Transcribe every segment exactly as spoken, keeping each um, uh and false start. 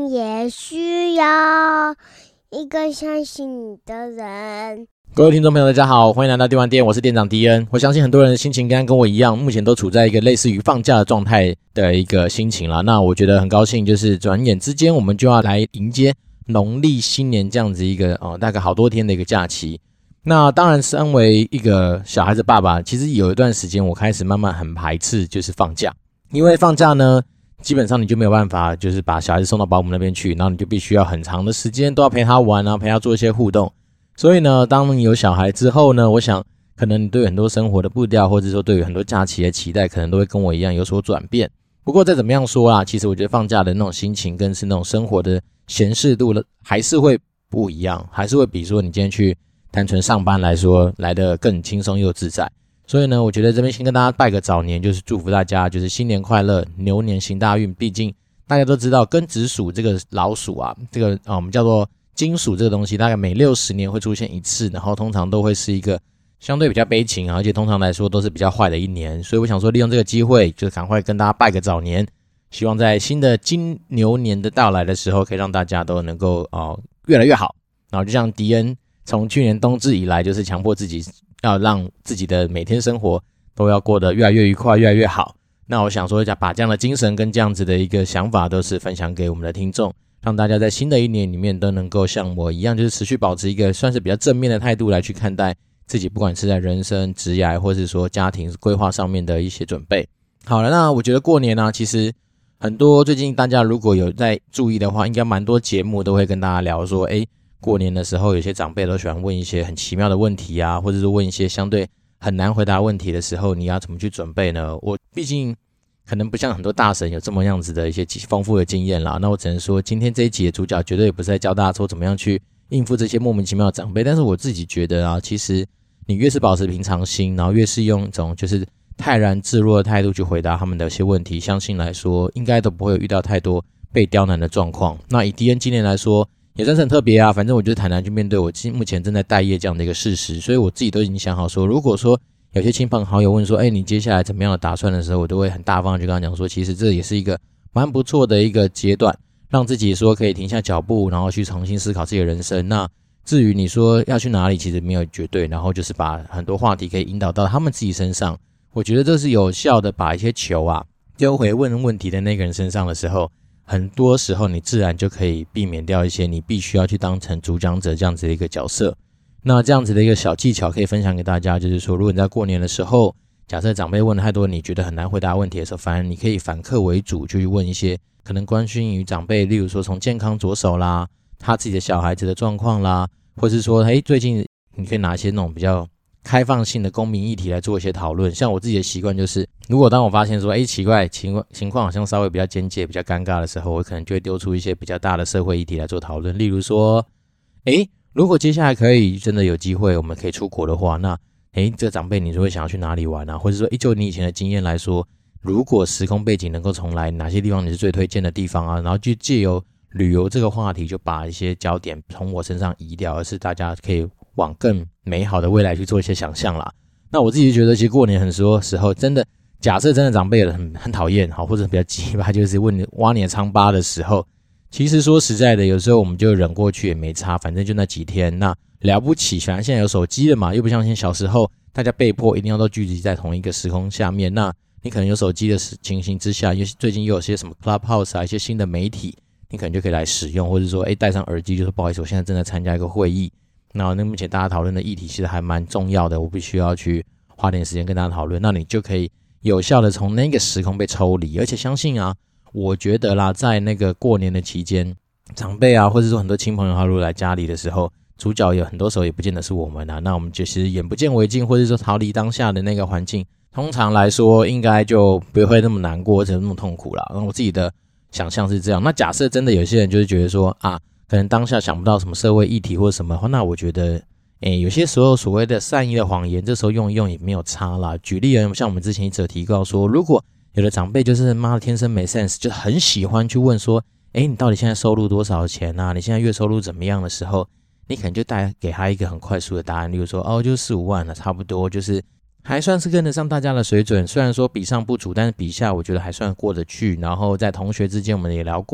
但也需要一个相信你的人。 各位听众朋友大家好，欢迎来到电玩店，我是店长迪恩。我相信很多人的心情跟跟我一样，目前都处在一个类似于放假的状态的一个心情啦。那我觉得很高兴，就是转眼之间我们就要来迎接农历新年这样子一个哦，大概好多天的一个假期。那当然身为一个小孩子爸爸，其实有一段时间我开始慢慢很排斥就是放假，因为放假呢基本上你就没有办法就是把小孩子送到保姆那边去，然后你就必须要很长的时间都要陪他玩啊，陪他做一些互动。所以呢，当你有小孩之后呢，我想可能你对很多生活的步调，或者说对于很多假期的期待，可能都会跟我一样有所转变。不过再怎么样说啊，其实我觉得放假的那种心情跟是那种生活的闲适度还是会不一样，还是会比说你今天去单纯上班来说来得更轻松又自在。所以呢，我觉得这边先跟大家拜个早年，就是祝福大家就是新年快乐，牛年行大运。毕竟大家都知道跟子鼠这个老鼠啊，这个、啊、我们叫做金属这个东西大概每六十年会出现一次，然后通常都会是一个相对比较悲情，而且通常来说都是比较坏的一年。所以我想说利用这个机会就是赶快跟大家拜个早年，希望在新的金牛年的到来的时候可以让大家都能够、呃、越来越好。然后就像迪恩从去年冬至以来就是强迫自己要让自己的每天生活都要过得越来越愉快越来越好。那我想说把这样的精神跟这样子的一个想法都是分享给我们的听众，让大家在新的一年里面都能够像我一样，就是持续保持一个算是比较正面的态度来去看待自己，不管是在人生职业或是说家庭规划上面的一些准备。好了，那我觉得过年啊，其实很多最近大家如果有在注意的话，应该蛮多节目都会跟大家聊说，诶，过年的时候有些长辈都喜欢问一些很奇妙的问题啊，或者是问一些相对很难回答问题的时候，你要怎么去准备呢？我毕竟可能不像很多大神有这么样子的一些丰富的经验啦，那我只能说今天这一集的主角绝对也不是在教大家说怎么样去应付这些莫名其妙的长辈，但是我自己觉得啊，其实你越是保持平常心，然后越是用一种就是泰然自若的态度去回答他们的一些问题，相信来说应该都不会有遇到太多被刁难的状况。那以迪恩今年来说也算是很特别啊，反正我就坦然去面对我目前正在待业这样的一个事实，所以我自己都已经想好说，如果说有些亲朋好友问说，哎，你接下来怎么样的打算的时候，我都会很大方的去跟他讲说，其实这也是一个蛮不错的一个阶段，让自己说可以停下脚步，然后去重新思考自己的人生。那至于你说要去哪里，其实没有绝对，然后就是把很多话题可以引导到他们自己身上。我觉得这是有效的把一些球啊丢回问问题的那个人身上的时候，很多时候你自然就可以避免掉一些你必须要去当成主讲者这样子的一个角色。那这样子的一个小技巧可以分享给大家，就是说如果你在过年的时候，假设长辈问了太多你觉得很难回答问题的时候，反而你可以反客为主，就去问一些可能关心于长辈，例如说从健康着手啦，他自己的小孩子的状况啦，或是说诶最近你可以拿一些那种比较开放性的公民议题来做一些讨论。像我自己的习惯就是，如果当我发现说诶奇怪情况情况好像稍微比较间接比较尴尬的时候，我可能就会丢出一些比较大的社会议题来做讨论。例如说诶如果接下来可以真的有机会我们可以出国的话，那诶这个长辈你就会想要去哪里玩啊？或者说诶就你以前的经验来说，如果时空背景能够重来，哪些地方你是最推荐的地方啊？然后就借由旅游这个话题就把一些焦点从我身上移掉，而是大家可以往更美好的未来去做一些想象啦。那我自己觉得其实过年很多时候真的，假设真的长辈很很讨厌或者比较急吧，就是问你挖你的疮疤的时候，其实说实在的，有时候我们就忍过去也没差，反正就那几天，那了不起，反正现在有手机了嘛，又不像小时候大家被迫一定要都聚集在同一个时空下面。那你可能有手机的情形之下，最近又有些什么 Clubhouse 啊，一些新的媒体，你可能就可以来使用，或者说诶戴上耳机就说不好意思，我现在正在参加一个会议，那那目前大家讨论的议题其实还蛮重要的，我必须要去花点时间跟大家讨论，那你就可以有效的从那个时空被抽离。而且相信啊，我觉得啦，在那个过年的期间，长辈啊，或者说很多亲朋友他如果来家里的时候，主角有很多时候也不见得是我们啊，那我们就其实眼不见为净，或者说逃离当下的那个环境，通常来说应该就不会那么难过或者那么痛苦啦。那我自己的想象是这样。那假设真的有些人就是觉得说啊，可能当下想不到什么社会议题或什么，那我觉得诶有些时候所谓的善意的谎言，这时候用一用也没有差啦。举例而言，像我们之前一直有提到说，如果有的长辈就是妈的天生没 sense， 就很喜欢去问说，诶你到底现在收入多少钱啊？你现在月收入怎么样的时候，你可能就带给他一个很快速的答案，例如说哦就四五万了，差不多就是还算是跟得上大家的水准，虽然说比上不足，但是比下我觉得还算过得去。然后在同学之间我们也聊过，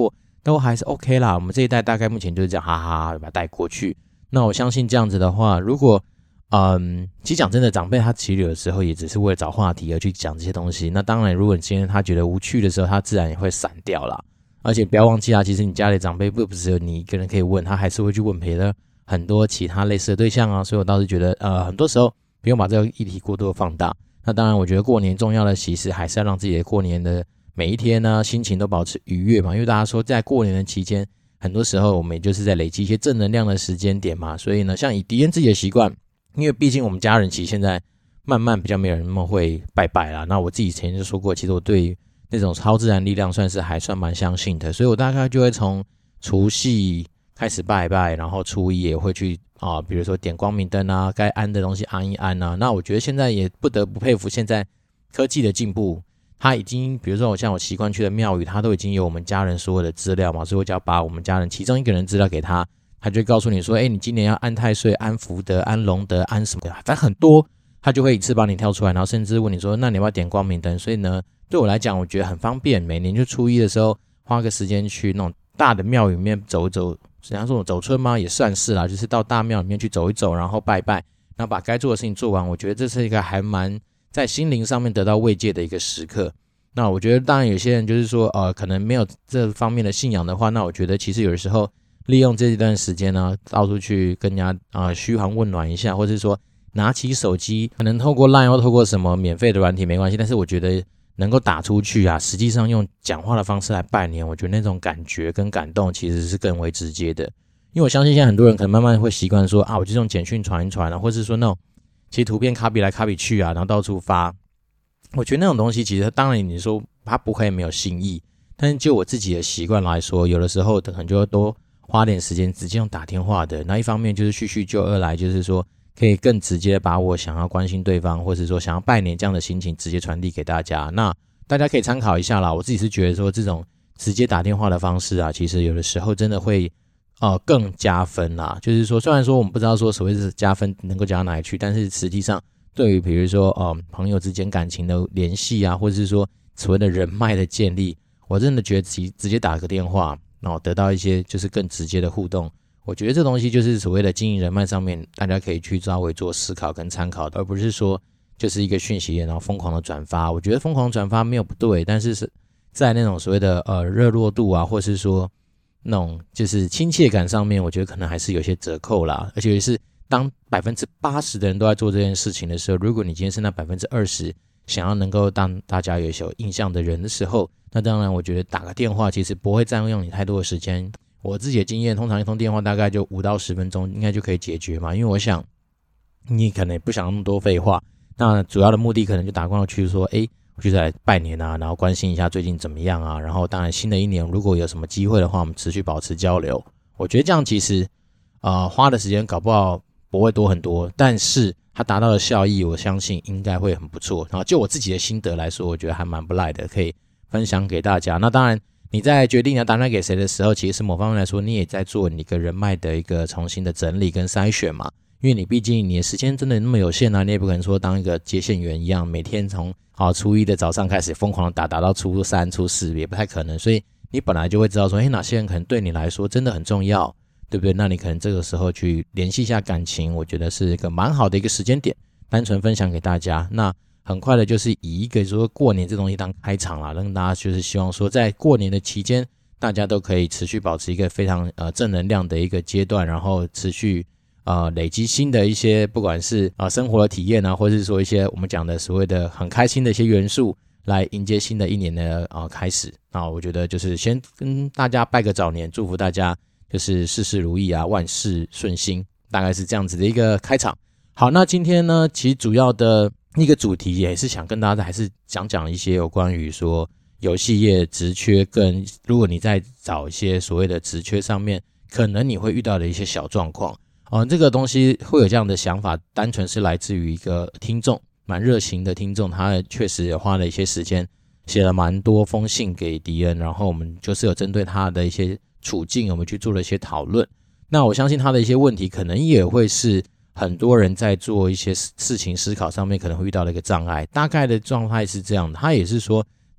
都还是 OK 啦。我们这一代大概目前就是这样，哈哈哈把它带过去。那我相信这样子的话，如果嗯，其实讲真的，长辈他其实有的时候也只是为了找话题而去讲这些东西。那当然，如果你今天他觉得无趣的时候，他自然也会散掉啦。而且不要忘记啊，其实你家里长辈不只有你一个人可以问，他还是会去问别的很多其他类似的对象啊。所以我倒是觉得，呃，很多时候不用把这个议题过多的放大。那当然，我觉得过年重要的其实还是要让自己的过年的每一天呢，心情都保持愉悦嘛。因为大家说，在过年的期间，很多时候我们也就是在累积一些正能量的时间点嘛。所以呢，像以迪恩自己的习惯，因为毕竟我们家人其实现在慢慢比较没有人那么会拜拜啦。那我自己以前就说过，其实我对于那种超自然力量算是还算蛮相信的，所以我大概就会从除夕开始拜拜，然后初一也会去啊，比如说点光明灯啊，该安的东西安一安啊。那我觉得现在也不得不佩服现在科技的进步，它已经比如说我像我习惯去的庙宇，它都已经有我们家人所有的资料嘛，所以我只要把我们家人其中一个人资料给他，他就会告诉你说，哎，你今年要安太岁、安福德、安龙德、安什么的，反正很多，他就会一次帮你跳出来，然后甚至问你说，那你要不要点光明灯？所以呢，对我来讲，我觉得很方便。每年就初一的时候，花个时间去那种大的庙宇里面走一走，人家说走春吗？也算是啦，就是到大庙里面去走一走，然后拜拜，然后把该做的事情做完。我觉得这是一个还蛮在心灵上面得到慰藉的一个时刻。那我觉得，当然有些人就是说，呃，可能没有这方面的信仰的话，那我觉得其实有的时候利用这一段时间呢，到处去跟人家啊、呃、嘘寒问暖一下，或者是说拿起手机，可能透过 LINE 或透过什么免费的软体没关系，但是我觉得能够打出去啊，实际上用讲话的方式来拜年，我觉得那种感觉跟感动其实是更为直接的。因为我相信现在很多人可能慢慢会习惯说啊，我就用简讯传一传啊，或是说那种其实图片 copy 来 copy 去啊，然后到处发。我觉得那种东西其实当然你说它不可以没有新意，但是就我自己的习惯来说，有的时候可能就多花点时间直接用打电话的。那一方面就是叙叙旧，二来就是说可以更直接把我想要关心对方，或者说想要拜年这样的心情直接传递给大家。那大家可以参考一下啦。我自己是觉得说这种直接打电话的方式啊，其实有的时候真的会呃更加分啦。就是说虽然说我们不知道说所谓的加分能够加到哪里去，但是实际上对于比如说呃朋友之间感情的联系啊，或者是说所谓的人脉的建立，我真的觉得直直接打个电话，然后得到一些就是更直接的互动。我觉得这东西就是所谓的经营人脉上面，大家可以去稍微做思考跟参考的，而不是说就是一个讯息然后疯狂的转发。我觉得疯狂转发没有不对，但是是在那种所谓的呃热络度啊，或是说那种就是亲切感上面，我觉得可能还是有些折扣啦。而且是当 百分之八十 的人都在做这件事情的时候，如果你今天是那 百分之二十 想要能够让大家有一些印象的人的时候，那当然我觉得打个电话其实不会占用你太多的时间。我自己的经验，通常一通电话大概就五到十分钟应该就可以解决嘛，因为我想你可能也不想那么多废话，那主要的目的可能就打过去说，诶，我就来拜年啊，然后关心一下最近怎么样啊，然后当然新的一年如果有什么机会的话，我们持续保持交流。我觉得这样其实呃花的时间搞不好不会多很多，但是它达到的效益我相信应该会很不错。然后就我自己的心得来说，我觉得还蛮不赖的，可以分享给大家。那当然你在决定要打电话给谁的时候，其实某方面来说你也在做你一个人脉的一个重新的整理跟筛选嘛，因为你毕竟你的时间真的那么有限啊，你也不可能说当一个接线员一样每天从好初一的早上开始疯狂的打打到初三初四，也不太可能。所以你本来就会知道说，诶，哪些人可能对你来说真的很重要，对不对？那你可能这个时候去联系一下感情，我觉得是一个蛮好的一个时间点，单纯分享给大家。那很快的就是以一个说过年这东西当开场啦，让大家就是希望说在过年的期间大家都可以持续保持一个非常呃正能量的一个阶段，然后持续呃累积新的一些不管是呃生活的体验啊，或者是说一些我们讲的所谓的很开心的一些元素，来迎接新的一年的呃开始。那我觉得就是先跟大家拜个早年，祝福大家就是事事如意啊，万事顺心，大概是这样子的一个开场。好，那今天呢其实主要的一个主题也是想跟大家还是讲讲一些有关于说游戏业职缺，跟如果你在找一些所谓的职缺上面可能你会遇到的一些小状况。嗯，这个东西会有这样的想法，单纯是来自于一个听众，蛮热情的听众，他确实也花了一些时间写了蛮多封信给迪恩，然后我们就是有针对他的一些处境我们去做了一些讨论。那我相信他的一些问题可能也会是很多人在做一些事情思考上面可能会遇到的一个障碍。大概的状态是这样的，他也是说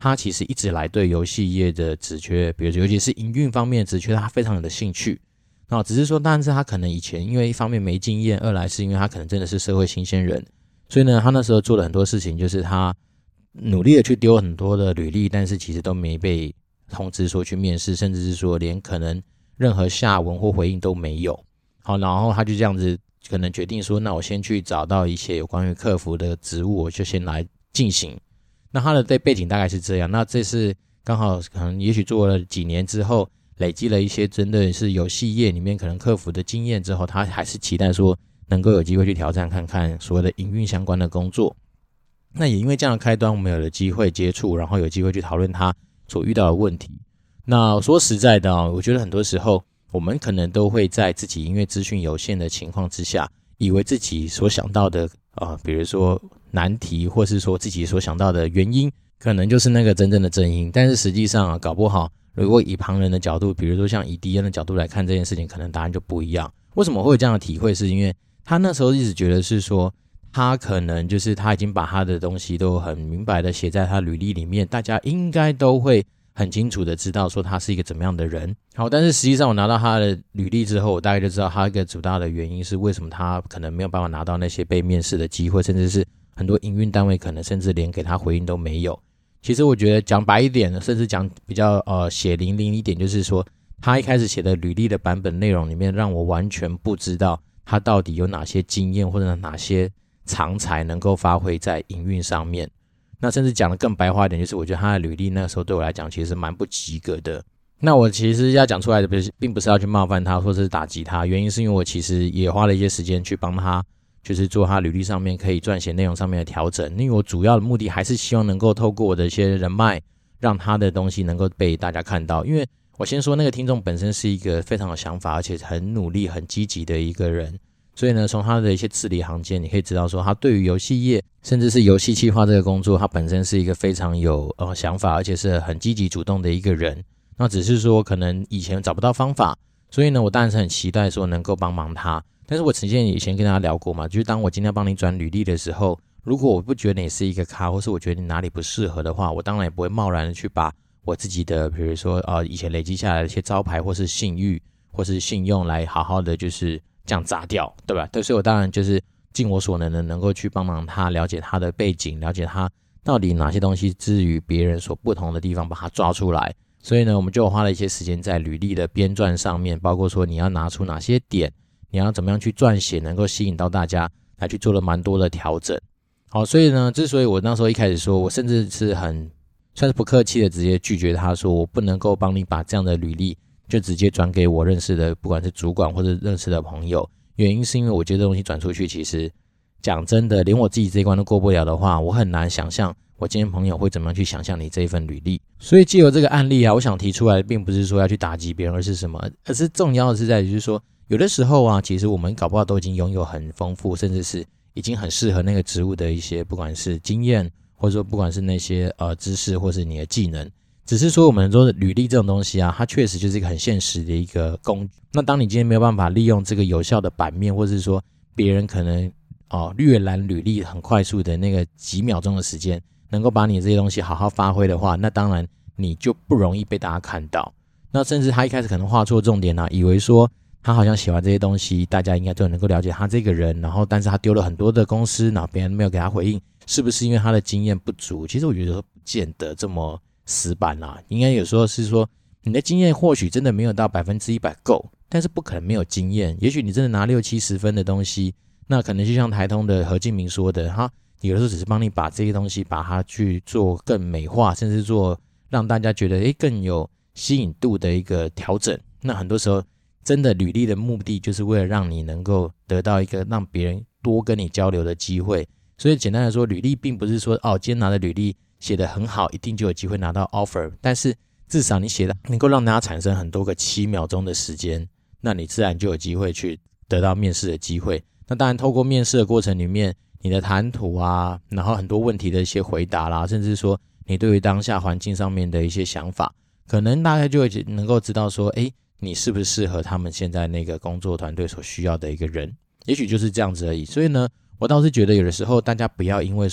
他其实一直来对游戏业的职缺，比如尤其是营运方面的职缺，他非常有的兴趣。那只是说，但是他可能以前因为一方面没经验，二来是因为他可能真的是社会新鲜人，所以呢，他那时候做了很多事情，就是他努力的去丢很多的履历，但是其实都没被通知说去面试，甚至是说连可能任何下文或回应都没有。好，然后他就这样子可能决定说，那我先去找到一些有关于客服的职务，我就先来进行。那他的背景大概是这样，那这是刚好可能也许做了几年之后，累积了一些真的是游戏业里面可能客服的经验之后，他还是期待说能够有机会去挑战看看所谓的营运相关的工作。那也因为这样的开端，我们有了机会接触，然后有机会去讨论他所遇到的问题。那说实在的、哦、我觉得很多时候我们可能都会在自己因为资讯有限的情况之下，以为自己所想到的呃，比如说难题，或是说自己所想到的原因，可能就是那个真正的正因。但是实际上啊，搞不好如果以旁人的角度，比如说像以迪恩的角度来看这件事情，可能答案就不一样。为什么会有这样的体会？是因为他那时候一直觉得是说，他可能就是他已经把他的东西都很明白的写在他履历里面，大家应该都会很清楚的知道说他是一个怎么样的人。好，但是实际上我拿到他的履历之后，我大概就知道他一个主要的原因是为什么他可能没有办法拿到那些被面试的机会，甚至是很多营运单位可能甚至连给他回应都没有。其实我觉得讲白一点，甚至讲比较呃血淋淋一点，就是说他一开始写的履历的版本内容里面，让我完全不知道他到底有哪些经验或者哪些长才能够发挥在营运上面。那甚至讲的更白话一点，就是我觉得他的履历那个时候对我来讲其实蛮不及格的。那我其实要讲出来的并不是要去冒犯他或者是打击他，原因是因为我其实也花了一些时间去帮他，就是做他履历上面可以撰写内容上面的调整。因为我主要的目的还是希望能够透过我的一些人脉，让他的东西能够被大家看到。因为我先说那个听众本身是一个非常有想法而且很努力很积极的一个人，所以呢，从他的一些字里行间，你可以知道说，他对于游戏业，甚至是游戏企划这个工作，他本身是一个非常有呃想法，而且是很积极主动的一个人。那只是说，可能以前找不到方法，所以呢，我当然是很期待说能够帮忙他。但是我曾经以前跟大家聊过嘛，就是当我今天要帮你转履历的时候，如果我不觉得你是一个咖，或是我觉得你哪里不适合的话，我当然也不会贸然的去把我自己的，比如说呃以前累积下来的一些招牌，或是信誉，或是信用，来好好的就是这样砸掉，对吧？对，所以我当然就是尽我所能的能够去帮忙他，了解他的背景，了解他到底哪些东西至于别人所不同的地方，把它抓出来。所以呢，我们就花了一些时间在履历的编撰上面，包括说你要拿出哪些点，你要怎么样去撰写能够吸引到大家，来去做了蛮多的调整。好，所以呢，之所以我那时候一开始说，我甚至是很算是不客气的直接拒绝他，说我不能够帮你把这样的履历就直接转给我认识的不管是主管或者认识的朋友。原因是因为我觉得这东西转出去，其实讲真的，连我自己这一关都过不了的话，我很难想象我今天朋友会怎么样去想象你这一份履历。所以藉由这个案例啊，我想提出来的并不是说要去打击别人，而是什么？而是重要的是在于就是说，有的时候啊，其实我们搞不好都已经拥有很丰富，甚至是已经很适合那个职务的一些，不管是经验，或者说不管是那些呃知识，或是你的技能。只是说我们说履历这种东西啊，它确实就是一个很现实的一个工具。那当你今天没有办法利用这个有效的版面，或是说别人可能哦阅览履历很快速的那个几秒钟的时间，能够把你这些东西好好发挥的话，那当然你就不容易被大家看到。那甚至他一开始可能画错重点啊，以为说他好像写完这些东西，大家应该都能够了解他这个人，然后但是他丢了很多的公司，然后别人没有给他回应，是不是因为他的经验不足？其实我觉得不见得这么死板啦、啊，应该有时候是说你的经验或许真的没有到百分之一百够，但是不可能没有经验。也许你真的拿六七十分的东西，那可能就像台通的何敬明说的，他有的时候只是帮你把这些东西把它去做更美化，甚至做让大家觉得诶更有吸引度的一个调整。那很多时候真的履历的目的就是为了让你能够得到一个让别人多跟你交流的机会。所以简单来说，履历并不是说哦，今天拿的履历写得很好，一定就有机会拿到 offer， 但是至少你写的能够让大家产生很多个七秒钟的时间，那你自然就有机会去得到面试的机会。那当然透过面试的过程里面，你的谈吐啊，然后很多问题的一些回答啦，甚至说你对于当下环境上面的一些想法，可能大概就会能够知道说，诶，你是不是适合他们现在那个工作团队所需要的一个人，也许就是这样子而已。所以呢，我倒是觉得有的时候大家不要因为说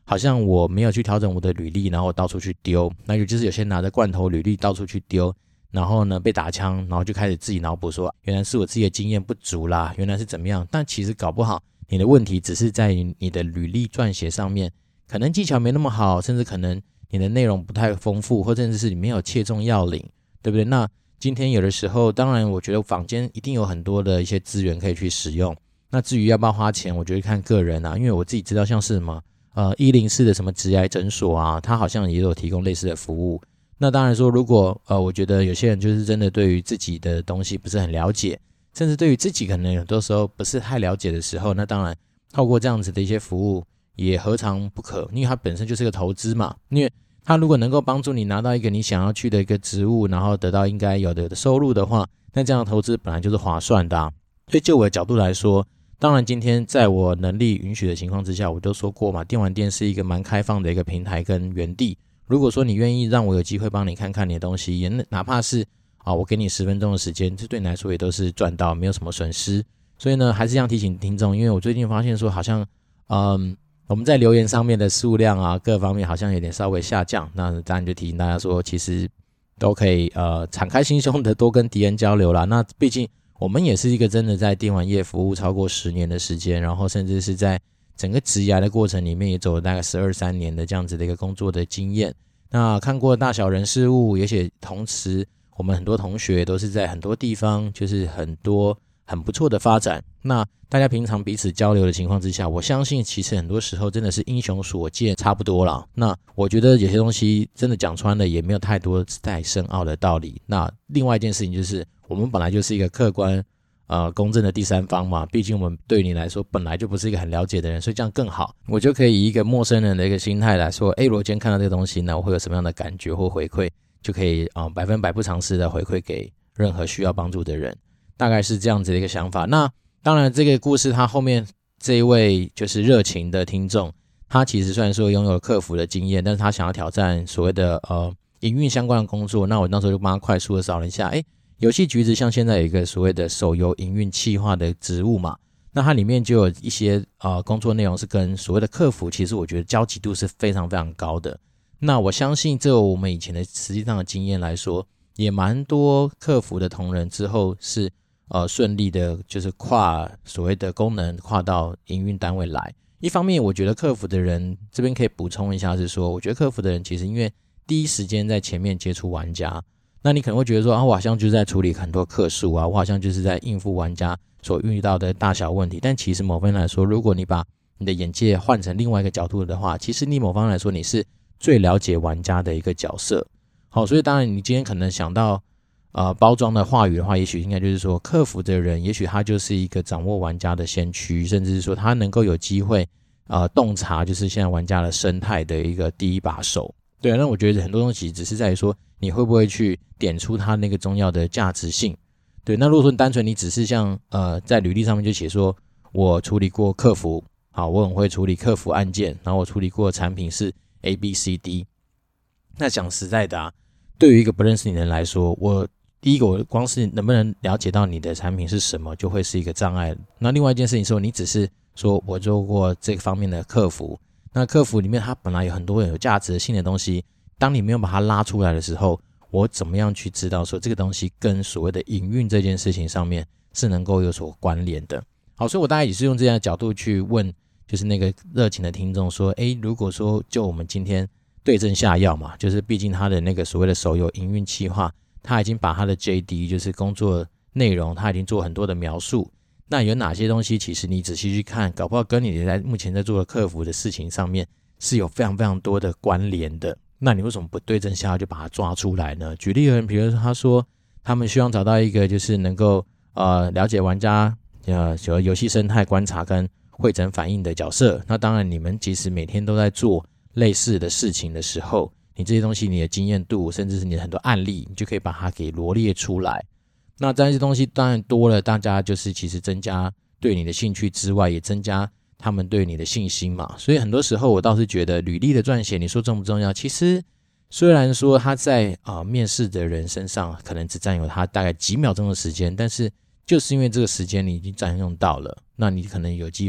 好像我没有去调整我的履历，然后我到处去丢。那尤其是有些拿着罐头履历到处去丢，然后呢被打枪，然后就开始自己脑补说，原来是我自己的经验不足啦，原来是怎么样。但其实搞不好你的问题只是在于你的履历撰写上面，可能技巧没那么好，甚至可能你的内容不太丰富，或甚至是你没有切中要领，对不对？那今天有的时候，当然我觉得坊间一定有很多的一些资源可以去使用。那至于要不要花钱，我觉得看个人啊，因为我自己知道像是什么呃一零四的什么职涯诊所啊，它好像也有提供类似的服务。那当然说，如果呃我觉得有些人就是真的对于自己的东西不是很了解，甚至对于自己可能很多时候不是太了解的时候，那当然透过这样子的一些服务也何尝不可，因为它本身就是个投资嘛。因为它如果能够帮助你拿到一个你想要去的一个职务，然后得到应该有的收入的话，那这样的投资本来就是划算的啊。所以就我的角度来说，当然今天在我能力允许的情况之下，我就说过嘛，电玩店是一个蛮开放的一个平台跟园地。如果说你愿意让我有机会帮你看看你的东西，也哪怕是啊，我给你十分钟的时间，这对你来说也都是赚到，没有什么损失。所以呢，还是这样提醒听众，因为我最近发现说，好像嗯我们在留言上面的数量啊，各方面好像有点稍微下降。那当然就提醒大家说，其实都可以呃敞开心胸的多跟敌人交流啦。那毕竟我们也是一个真的在电玩业服务超过十年的时间，然后甚至是在整个职涯的过程里面也走了大概十二三年的这样子的一个工作的经验。那看过大小人事物，而且同时我们很多同学都是在很多地方就是很多很不错的发展。那大家平常彼此交流的情况之下，我相信其实很多时候真的是英雄所见差不多啦。那我觉得有些东西真的讲穿了也没有太多太深奥的道理。那另外一件事情就是我们本来就是一个客观呃公正的第三方嘛，毕竟我们对你来说本来就不是一个很了解的人，所以这样更好，我就可以以一个陌生人的一个心态来说，诶，如果今天看到这个东西呢，我会有什么样的感觉或回馈，就可以啊、呃、百分百不藏私的回馈给任何需要帮助的人，大概是这样子的一个想法。那当然这个故事他后面这一位就是热情的听众，他其实虽然说拥有客服的经验，但是他想要挑战所谓的呃营运相关的工作。那我那时候就帮他快速的扫了一下，诶，游戏橘子像现在有一个所谓的手游营运企划的职务嘛，那它里面就有一些呃工作内容是跟所谓的客服，其实我觉得交集度是非常非常高的。那我相信这我们以前的实际上的经验来说，也蛮多客服的同仁之后是呃顺利的，就是跨所谓的功能跨到营运单位来。一方面我觉得客服的人这边可以补充一下是说，我觉得客服的人其实因为第一时间在前面接触玩家，那你可能会觉得说啊，我好像就是在处理很多客诉啊，我好像就是在应付玩家所遇到的大小问题。但其实某方面来说，如果你把你的眼界换成另外一个角度的话，其实你某方面来说你是最了解玩家的一个角色。好，所以当然你今天可能想到呃包装的话语的话，也许应该就是说客服的人也许他就是一个掌握玩家的先驱，甚至是说他能够有机会呃洞察就是现在玩家的生态的一个第一把手。对啊，那我觉得很多东西只是在于说你会不会去点出它那个重要的价值性。对，那如果说单纯你只是像呃在履历上面就写说我处理过客服，好，我很会处理客服案件，然后我处理过产品是 A B C D， 那讲实在的啊，对于一个不认识你的人来说，我第一个我光是能不能了解到你的产品是什么就会是一个障碍。那另外一件事情说，你只是说我做过这个方面的客服，那客服里面它本来有很多有价值性的东西，当你没有把它拉出来的时候，我怎么样去知道说这个东西跟所谓的营运这件事情上面是能够有所关联的。好，所以我大概也是用这样的角度去问就是那个热情的听众说，诶，如果说就我们今天对症下药嘛，就是毕竟他的那个所谓的手游营运企划，他已经把他的 J D 就是工作内容他已经做很多的描述，那有哪些东西其实你仔细去看，搞不好跟你在目前在做的客服的事情上面是有非常非常多的关联的，那你为什么不对症下药就把它抓出来呢？举例而言，比如说他说他们希望找到一个就是能够呃了解玩家呃游戏生态观察跟会诊反应的角色。那当然你们其实每天都在做类似的事情的时候，你这些东西你的经验度甚至是你的很多案例，你就可以把它给罗列出来。那这些东西当然多了，大家就是其实增加对你的兴趣之外，也增加他们对你的信心嘛。所以很多时候我倒是觉得履历的撰写你说重不重要，其实虽然说他在、呃、面试的人身上可能只占有他大概几秒钟的时间，但是就是因为这个时间你已经占用到了，那你可能有机会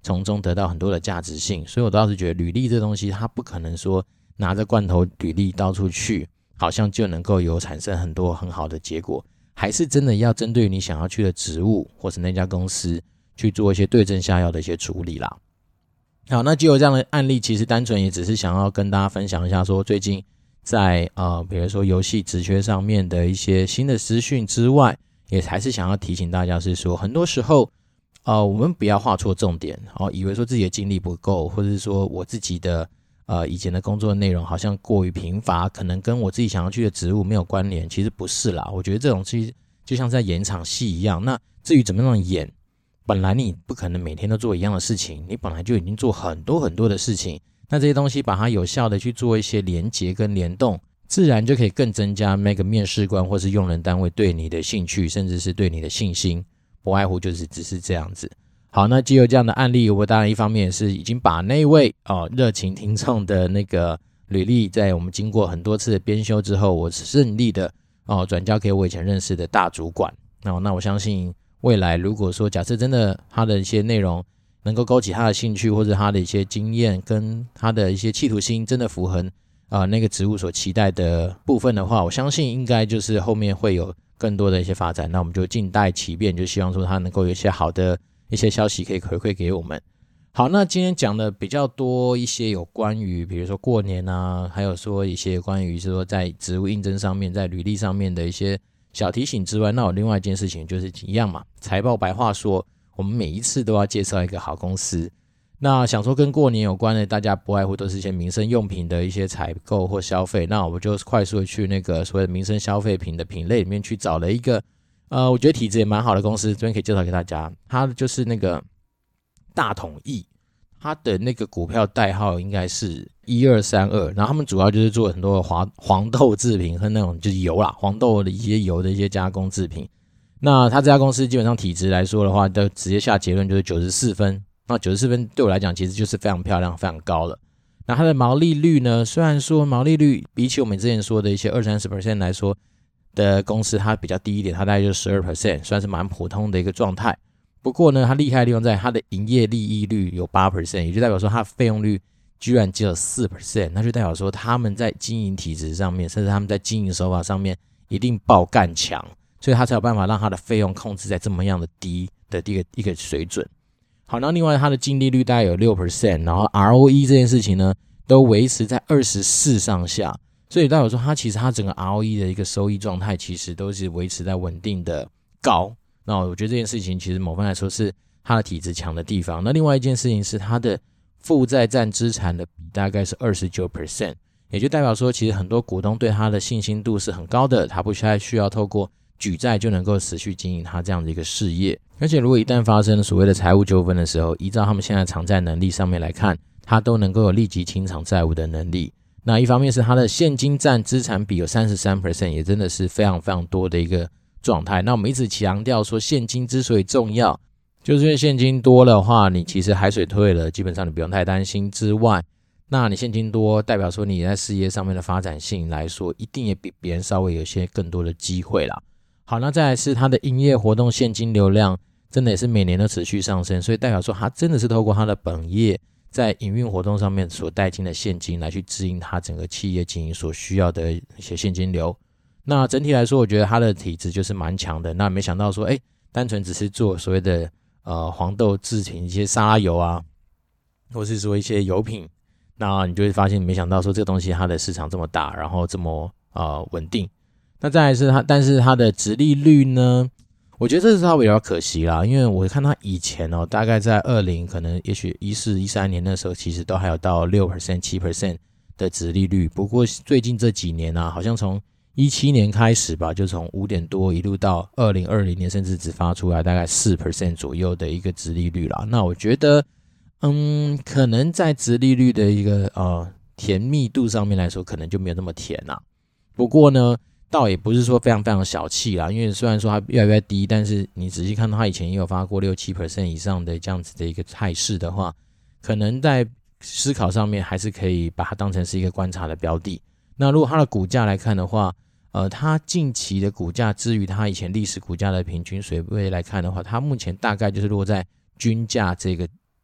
从中得到很多的价值性。所以我倒是觉得履历这东西它不可能说拿着罐头履历到处去好像就能够有产生很多很好的结果，还是真的要针对你想要去的职务或是那家公司去做一些对症下药的一些处理啦。好，那就有这样的案例，其实单纯也只是想要跟大家分享一下说最近在呃比如说游戏职缺上面的一些新的资讯之外，也还是想要提醒大家是说很多时候呃我们不要画错重点，哦，以为说自己的精力不够，或者是说我自己的呃以前的工作内容好像过于贫乏，可能跟我自己想要去的职务没有关联，其实不是啦。我觉得这种其实就像在演一场戏一样，那至于怎么样演，本来你不可能每天都做一样的事情，你本来就已经做很多很多的事情，那这些东西把它有效的去做一些连结跟联动，自然就可以更增加那个面试官或是用人单位对你的兴趣，甚至是对你的信心，不外乎就是只是这样子。好，那既有这样的案例，我当然一方面也是已经把那位哦热情听众的那个履历，在我们经过很多次的编修之后，我顺利的哦转交给我以前认识的大主管。哦，那我相信未来如果说假设真的他的一些内容能够勾起他的兴趣，或者他的一些经验跟他的一些企图心真的符合呃那个职务所期待的部分的话，我相信应该就是后面会有更多的一些发展。那我们就静待其变，就希望说他能够有一些好的一些消息可以回馈给我们。好，那今天讲的比较多一些有关于比如说过年啊，还有说一些关于说在职务应征上面，在履历上面的一些小提醒之外，那有另外一件事情就是一样嘛，财报白话说，我们每一次都要介绍一个好公司。那想说跟过年有关的，大家不外乎都是一些民生用品的一些采购或消费，那我就快速的去那个所谓的民生消费品的品类里面去找了一个呃，我觉得体质也蛮好的公司，这边可以介绍给大家。它就是那个大统益，它的那个股票代号应该是一二三二，然后他们主要就是做很多的黄黄豆制品和那种就是油啦，黄豆的一些油的一些加工制品。那它这家公司基本上体质来说的话，都直接下结论就是九十四分。那九十四分对我来讲其实就是非常漂亮非常高了。那它的毛利率呢，虽然说毛利率比起我们之前说的一些 百分之二三十 来说的公司它比较低一点，它大概就是 百分之十二， 算是蛮普通的一个状态。不过呢，它厉害的地方在它的营业利益率有 百分之八， 也就代表说它的费用率居然只有 百分之四， 那就代表说他们在经营体质上面，甚至他们在经营手法上面一定爆干强，所以他才有办法让他的费用控制在这么样的低的一个一个水准。好，那另外它的净利率大概有 百分之六， 然后 R O E 这件事情呢都维持在二十四上下，所以代表说它其实它整个 R O E 的一个收益状态其实都是维持在稳定的高。那我觉得这件事情其实某方来说是它的体质强的地方。那另外一件事情是它的负债占资产的比大概是 百分之二十九， 也就代表说其实很多股东对它的信心度是很高的，它不太需要透过举债就能够持续经营它这样的一个事业。而且如果一旦发生所谓的财务纠纷的时候，依照他们现在偿债能力上面来看，它都能够有立即清偿债务的能力。那一方面是它的现金占资产比有 百分之三十三， 也真的是非常非常多的一个状态。那我们一直强调说现金之所以重要，就是因为现金多的话，你其实海水退了，基本上你不用太担心之外，那你现金多代表说你在事业上面的发展性来说，一定也比别人稍微有一些更多的机会啦。好，那再来是它的营业活动现金流量真的也是每年都持续上升，所以代表说它真的是透过它的本业在营运活动上面所带进的现金来去支应它整个企业经营所需要的一些现金流。那整体来说我觉得它的体质就是蛮强的。那没想到说诶单纯只是做所谓的呃黄豆制品一些沙拉油啊，或是说一些油品，那你就会发现没想到说这个东西它的市场这么大，然后这么呃稳定。那再来是它，但是它的殖利率呢，我觉得这是稍微有点可惜啦，因为我看它以前哦，大概在二零可能也许一四、一三年那时候，其实都还有到 百分之六、百分之七 的殖利率。不过最近这几年啊，好像从一七年开始吧，就从五点多一路到二零二零年，甚至只发出来大概 百分之四 左右的一个殖利率啦。那我觉得，嗯，可能在殖利率的一个呃甜蜜度上面来说，可能就没有那么甜啦。不过呢，倒也不是说非常非常小气啦，因为虽然说它越来越低，但是你仔细看到它以前也有发过 百分之六七 以上的这样子的一个态势的话，可能在思考上面还是可以把它当成是一个观察的标的。那如果它的股价来看的话，呃，它近期的股价至于它以前历史股价的平均水位来看的话，它目前大概就是落在均价这个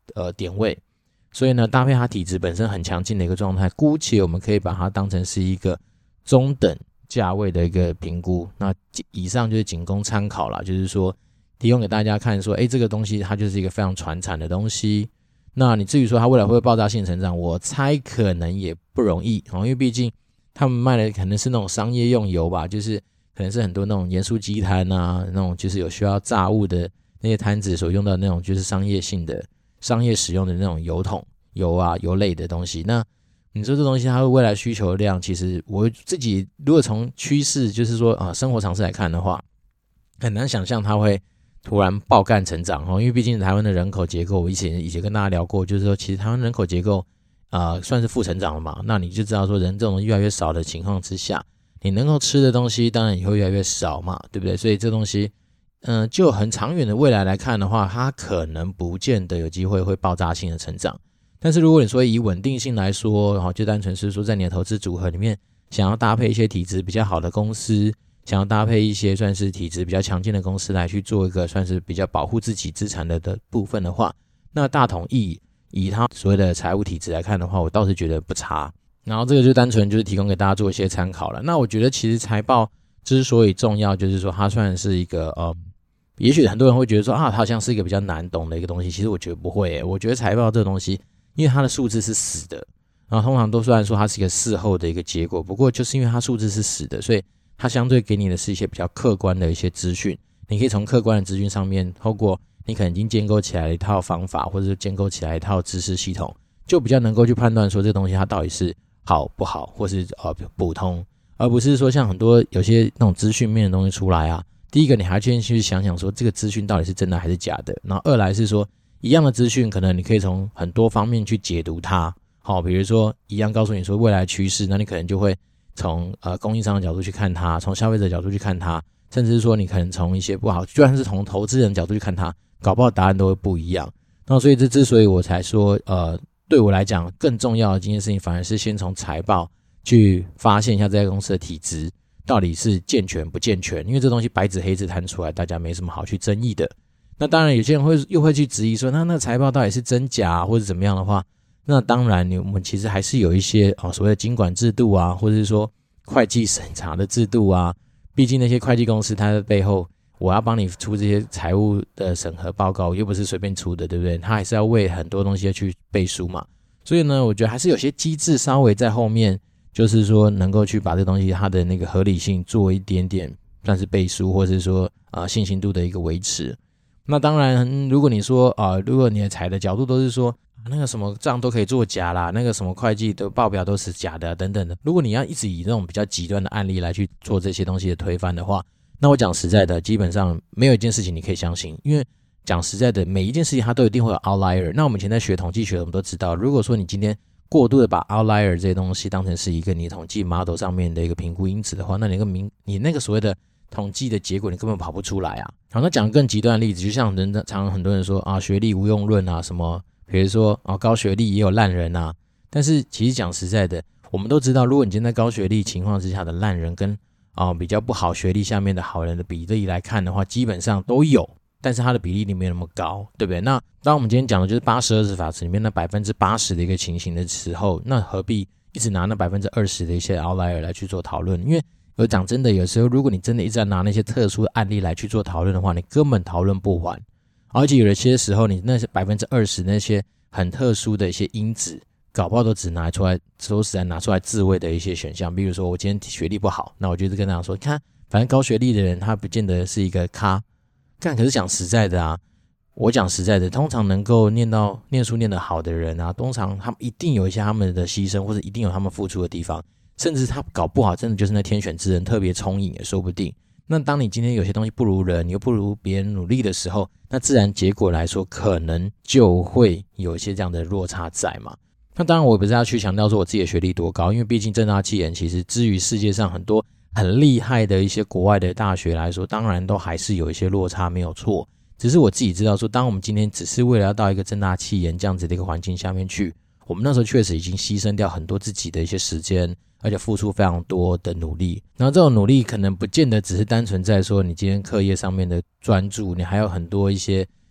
呃点位，所以呢搭配它体质本身很强劲的一个状态，姑且我们可以把它当成是一个中等价位的一个评估。那以上就是仅供参考啦，就是说提供给大家看说，诶，这个东西它就是一个非常传产的东西。那你至于说它未来会不会爆炸性成长，我猜可能也不容易，因为毕竟他们卖的可能是那种商业用油吧，就是可能是很多那种盐酥鸡摊啊，那种就是有需要炸物的那些摊子所用到的那种就是商业性的商业使用的那种油桶油啊油类的东西。那你说这东西它未来需求量，其实我自己如果从趋势就是说啊生活常识来看的话，很难想象它会突然爆干成长，因为毕竟台湾的人口结构，我以前以前跟大家聊过，就是说其实台湾人口结构呃算是负成长了嘛，那你就知道说人这种越来越少的情况之下，你能够吃的东西当然也会越来越少嘛，对不对？所以这东西嗯、呃，就很长远的未来来看的话，它可能不见得有机会会爆炸性的成长。但是如果你说以稳定性来说，然后就单纯是说在你的投资组合里面想要搭配一些体质比较好的公司，想要搭配一些算是体质比较强劲的公司来去做一个算是比较保护自己资产的的部分的话，那大统以以它所谓的财务体质来看的话，我倒是觉得不差。然后这个就单纯就是提供给大家做一些参考了。那我觉得其实财报之所以重要，就是说它算是一个呃，也许很多人会觉得说啊，它好像是一个比较难懂的一个东西，其实我觉得不会耶。我觉得财报这个东西，因为它的数字是死的，然后通常都虽然说它是一个事后的一个结果，不过就是因为它数字是死的，所以它相对给你的是一些比较客观的一些资讯。你可以从客观的资讯上面，透过你可能已经建构起来一套方法，或者是建构起来一套知识系统，就比较能够去判断说这个东西它到底是好不好，或是呃普通，而不是说像很多有些那种资讯面的东西出来啊。第一个，你还先去想想说这个资讯到底是真的还是假的，然后二来是说一样的资讯，可能你可以从很多方面去解读它。好，比如说一样告诉你说未来趋势，那你可能就会从呃供应商的角度去看它，从消费者的角度去看它，甚至是说你可能从一些不好，就算是从投资人的角度去看它，搞不好答案都会不一样。那所以这之所以我才说，呃，对我来讲更重要的一件事情，反而是先从财报去发现一下这家公司的体质到底是健全不健全，因为这东西白纸黑字摊出来，大家没什么好去争议的。那当然有些人会又会去质疑说，那那财报到底是真假、啊、或者怎么样的话，那当然我们其实还是有一些、哦、所谓的金管制度啊，或者是说会计审查的制度啊，毕竟那些会计公司它的背后，我要帮你出这些财务的审核报告，又不是随便出的，对不对？它还是要为很多东西去背书嘛。所以呢，我觉得还是有些机制稍微在后面，就是说能够去把这东西它的那个合理性做一点点算是背书，或者是说呃信心度的一个维持。那当然，如果你说啊、呃，如果你的财的角度都是说那个什么账都可以做假啦，那个什么会计的报表都是假的、啊、等等的，如果你要一直以那种比较极端的案例来去做这些东西的推翻的话，那我讲实在的，基本上没有一件事情你可以相信，因为讲实在的，每一件事情它都一定会有 outlier。那我们以前在学统计学，我们都知道，如果说你今天过度的把 outlier 这些东西当成是一个你统计 model 上面的一个评估因子的话，那你那个名你那个所谓的统计的结果你根本跑不出来啊。好，那讲更极端的例子，就像人常常很多人说啊，学历无用论啊，什么比如说啊高学历也有烂人啊，但是其实讲实在的，我们都知道，如果你今天在高学历情况之下的烂人跟啊比较不好学历下面的好人的比例来看的话，基本上都有，但是它的比例里没有那么高，对不对？那当我们今天讲的就是八十二十法则里面那 百分之八十 的一个情形的时候，那何必一直拿那 百分之二十 的一些 outlier 来去做讨论？因为我讲真的，有时候如果你真的一直在拿那些特殊的案例来去做讨论的话，你根本讨论不完。而且有些时候你那些 百分之二十 那些很特殊的一些因子，搞不好都只拿出来说实在拿出来自卫的一些选项。比如说我今天学历不好，那我就跟大家说，看反正高学历的人他不见得是一个咖，干可是讲实在的啊，我讲实在的，通常能够念到念书念得好的人啊，通常他们一定有一些他们的牺牲，或者一定有他们付出的地方，甚至他搞不好真的就是那天选之人，特别聪颖也说不定。那当你今天有些东西不如人，你又不如别人努力的时候，那自然结果来说可能就会有一些这样的落差在嘛。那当然我不是要去强调说我自己的学历多高，因为毕竟政大企研其实之于世界上很多很厉害的一些国外的大学来说，当然都还是有一些落差，没有错。只是我自己知道说，当我们今天只是为了要到一个政大企研这样子的一个环境下面去，我们那时候确实已经牺牲掉很多自己的一些时间，而且付出非常多的努力。然后这种努力可能不见得只是单纯在说你今天课业上面的专注，你还有很多一些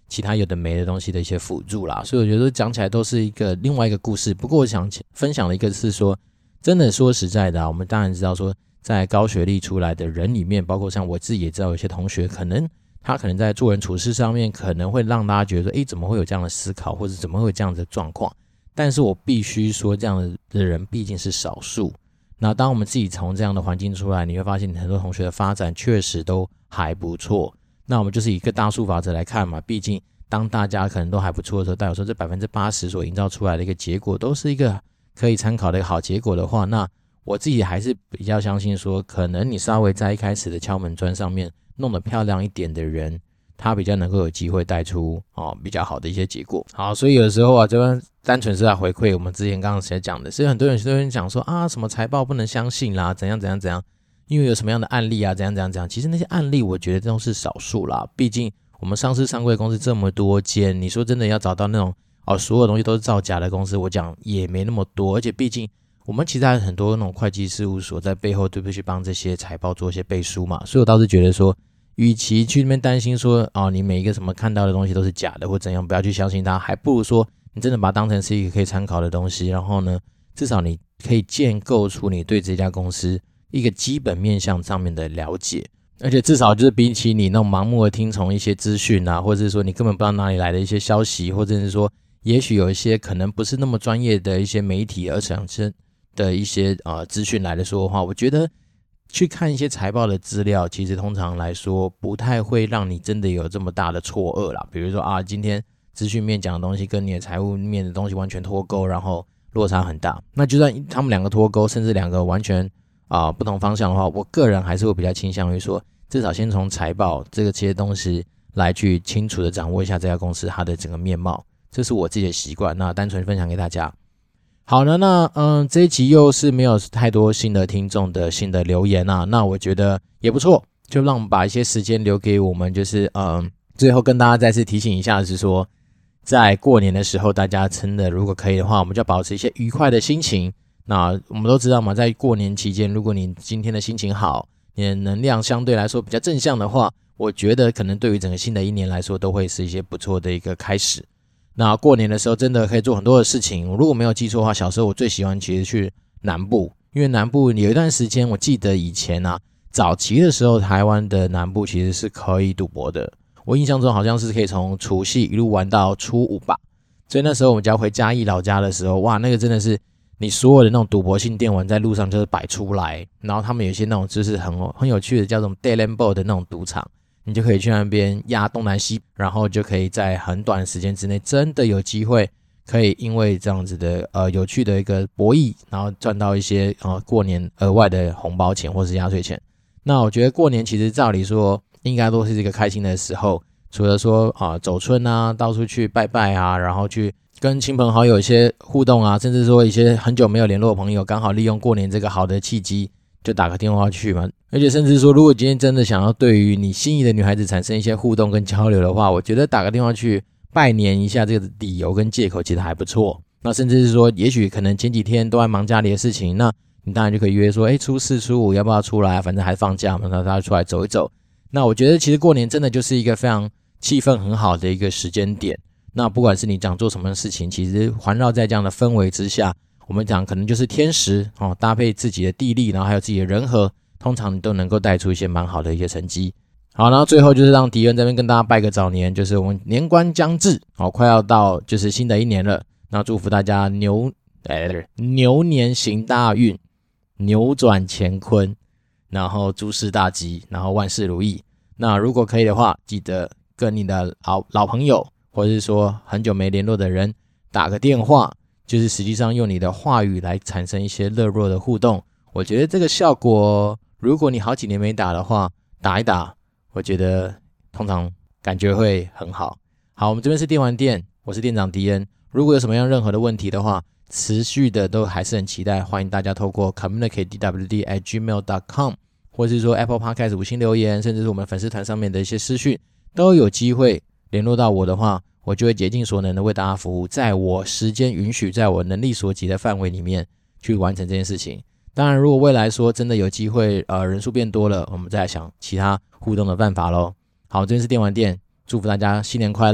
其他有的没的东西的一些辅助啦，所以我觉得讲起来都是一个另外一个故事。不过我想分享的一个是说，真的说实在的啊，我们当然知道说，在高学历出来的人里面，包括像我自己也知道有些同学，可能他可能在做人处事上面，可能会让大家觉得说，诶，怎么会有这样的思考，或者怎么会有这样的状况？但是我必须说，这样的人毕竟是少数。那当我们自己从这样的环境出来，你会发现很多同学的发展确实都还不错。那我们就是以一个大数法则来看嘛，毕竟当大家可能都还不错的时候，代表说这 百分之八十 所营造出来的一个结果都是一个可以参考的一个好结果的话，那我自己还是比较相信说，可能你稍微在一开始的敲门砖上面弄得漂亮一点的人，他比较能够有机会带出、哦、比较好的一些结果。好，所以有的时候啊，这边单纯是在回馈我们之前刚刚才讲的，所以很多人都会讲说啊，什么财报不能相信啦，怎样怎样怎样，因为有什么样的案例啊，怎样怎样怎样。其实那些案例我觉得都是少数啦，毕竟我们上市上柜公司这么多间，你说真的要找到那种哦所有东西都是造假的公司，我讲也没那么多。而且毕竟我们其实还有很多那种会计事务所在背后对不去帮这些财报做一些背书嘛，所以我倒是觉得说，与其去那边担心说哦你每一个什么看到的东西都是假的或怎样，不要去相信它，还不如说你真的把它当成是一个可以参考的东西，然后呢，至少你可以建构出你对这家公司一个基本面向上面的了解，而且至少就是比起你那种盲目的听从一些资讯啊，或者是说你根本不知道哪里来的一些消息，或者是说也许有一些可能不是那么专业的一些媒体而产生的一些呃资讯来的说的话，我觉得去看一些财报的资料，其实通常来说不太会让你真的有这么大的错愕啦。比如说啊，今天资讯面讲的东西跟你的财务面的东西完全脱钩，然后落差很大，那就算他们两个脱钩，甚至两个完全啊、呃、不同方向的话，我个人还是会比较倾向于说，至少先从财报这个这些东西来去清楚的掌握一下这家公司它的整个面貌，这是我自己的习惯，那单纯分享给大家。好了，那嗯这一集又是没有太多新的听众的新的留言啊，那我觉得也不错，就让我们把一些时间留给我们，就是嗯最后跟大家再次提醒一下，是说在过年的时候，大家真的如果可以的话，我们就要保持一些愉快的心情。那我们都知道嘛，在过年期间，如果你今天的心情好，你的能量相对来说比较正向的话，我觉得可能对于整个新的一年来说，都会是一些不错的一个开始。那过年的时候真的可以做很多的事情，如果没有记错的话，小时候我最喜欢其实去南部，因为南部有一段时间，我记得以前啊，早期的时候，台湾的南部其实是可以赌博的。我印象中好像是可以从除夕一路玩到初五吧，所以那时候我们只要回嘉义老家的时候，哇，那个真的是你所有的那种赌博性电玩在路上就是摆出来，然后他们有些那种就是很很有趣的叫做 Deadland Ball 的那种赌场，你就可以去那边压东南西，然后就可以在很短的时间之内真的有机会可以因为这样子的呃有趣的一个博弈，然后赚到一些呃过年额外的红包钱或是压岁钱。那我觉得过年其实照理说应该都是一个开心的时候，除了说啊、呃、走春啊，到处去拜拜啊，然后去跟亲朋好友一些互动啊，甚至说一些很久没有联络的朋友，刚好利用过年这个好的契机，就打个电话去嘛。而且甚至说，如果今天真的想要对于你心仪的女孩子产生一些互动跟交流的话，我觉得打个电话去拜年一下，这个理由跟借口其实还不错。那甚至是说，也许可能前几天都在忙家里的事情，那你当然就可以约说，哎，初四初五要不要出来？反正还放假嘛，那大家出来走一走。那我觉得其实过年真的就是一个非常气氛很好的一个时间点。那不管是你讲做什么事情，其实环绕在这样的氛围之下，我们讲可能就是天时、哦、搭配自己的地利，然后还有自己的人和，通常你都能够带出一些蛮好的一些成绩。好，然后最后就是让迪恩这边跟大家拜个早年，就是我们年关将至，好，快要到就是新的一年了。那祝福大家牛哎牛年行大运，扭转乾坤，然后诸事大吉，然后万事如意。那如果可以的话，记得跟你的老老朋友，或者是说很久没联络的人打个电话，就是实际上用你的话语来产生一些热络的互动。我觉得这个效果，如果你好几年没打的话，打一打，我觉得通常感觉会很好。好，我们这边是电玩店，我是店长迪恩。如果有什么样任何的问题的话，持续的都还是很期待，欢迎大家透过 communicate d w d at gmail dot com， 或是说 Apple Podcast 五星留言，甚至是我们粉丝团上面的一些私讯，都有机会联络到我的话，我就会竭尽所能的为大家服务，在我时间允许，在我能力所及的范围里面去完成这件事情。当然，如果未来说真的有机会，呃，人数变多了，我们再来想其他互动的办法咯。好，这边是电玩店，祝福大家新年快乐。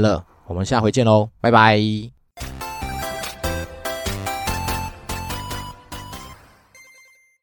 我们下回见喽，拜拜。